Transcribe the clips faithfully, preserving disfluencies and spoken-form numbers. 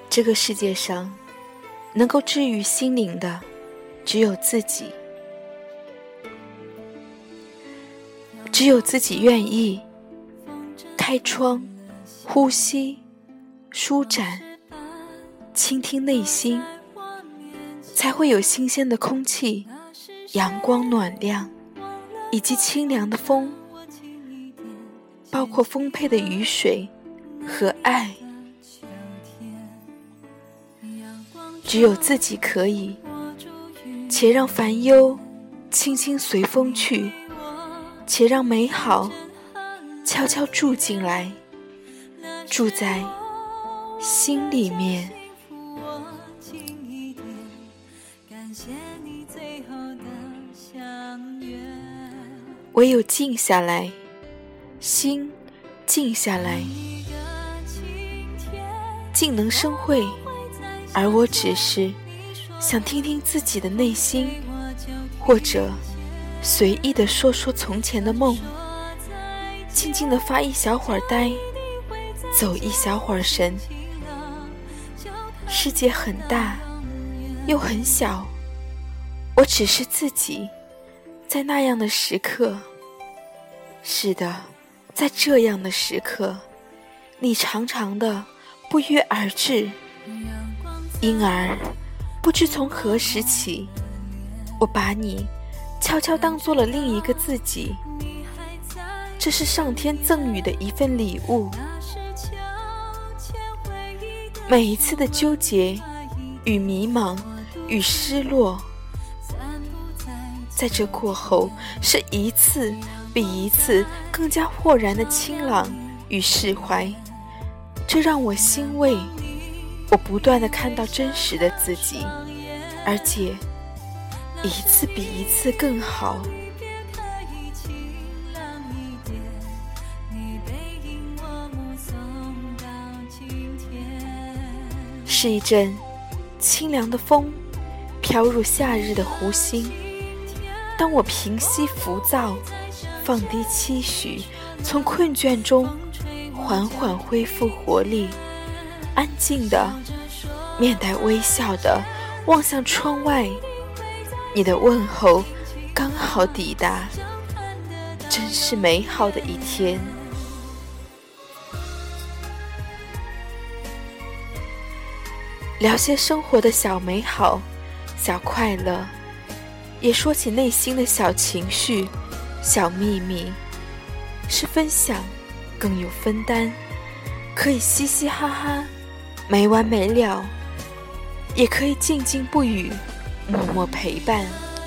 这个世界上能够治愈心灵的只有自己，只有自己愿意开窗呼吸舒展，倾听内心，才会有新鲜的空气，阳光暖亮，以及清凉的风，包括丰沛的雨水和爱。只有自己可以，且让烦忧轻轻随风去，且让美好悄悄住进来，住在心里面。唯有静下来，心静下来，静能生慧。而我只是想听听自己的内心，或者随意地说说从前的梦，静静地发一小会儿呆，走一小会儿神。世界很大又很小，我只是自己，在那样的时刻，是的，在这样的时刻，你常常的不约而至，因而不知从何时起，我把你悄悄当作了另一个自己。这是上天赠予的一份礼物。每一次的纠结与迷茫与失落，在这过后是一次比一次更加豁然的清朗与释怀。这让我欣慰，我不断地看到真实的自己，而且一次比一次更好。是一阵清凉的风飘入夏日的湖心，当我平息浮躁，放低期许，从困倦中缓缓恢复活力，安静的面带微笑的望向窗外，你的问候刚好抵达，真是美好的一天。聊些生活的小美好小快乐，也说起内心的小情绪小秘密，是分享更有分担，可以嘻嘻哈哈没完没了，也可以静静不语默默陪伴。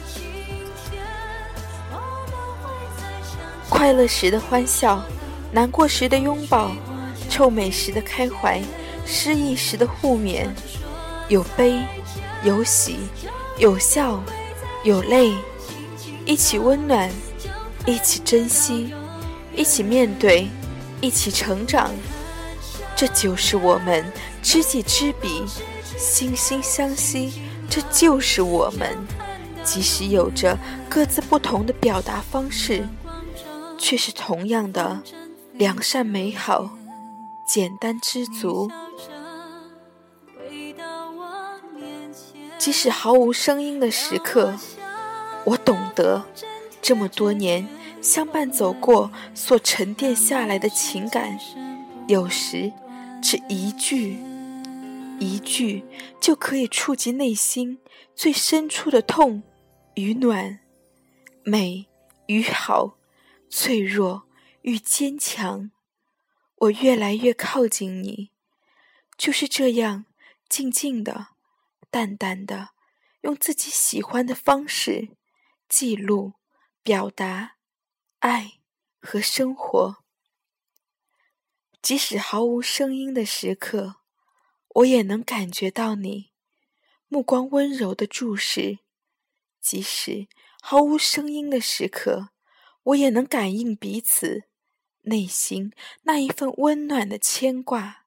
快乐时的欢笑，难过时的拥抱，臭美时的开怀，失意时的互勉，有悲有喜有笑有泪，一起温暖，一起珍惜，一起面对，一起成长。这就是我们知己知彼，惺惺相惜，这就是我们即使有着各自不同的表达方式，却是同样的良善美好，简单知足。即使毫无声音的时刻，我懂得这么多年相伴走过所沉淀下来的情感，有时只一句一句就可以触及内心最深处的痛与暖，美与好，脆弱与坚强。我越来越靠近你，就是这样静静的淡淡的用自己喜欢的方式记录表达爱和生活。即使毫无声音的时刻，我也能感觉到你目光温柔的注视，即使毫无声音的时刻，我也能感应彼此内心那一份温暖的牵挂。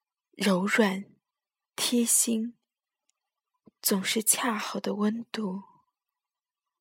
柔软贴心，总是恰好的温度。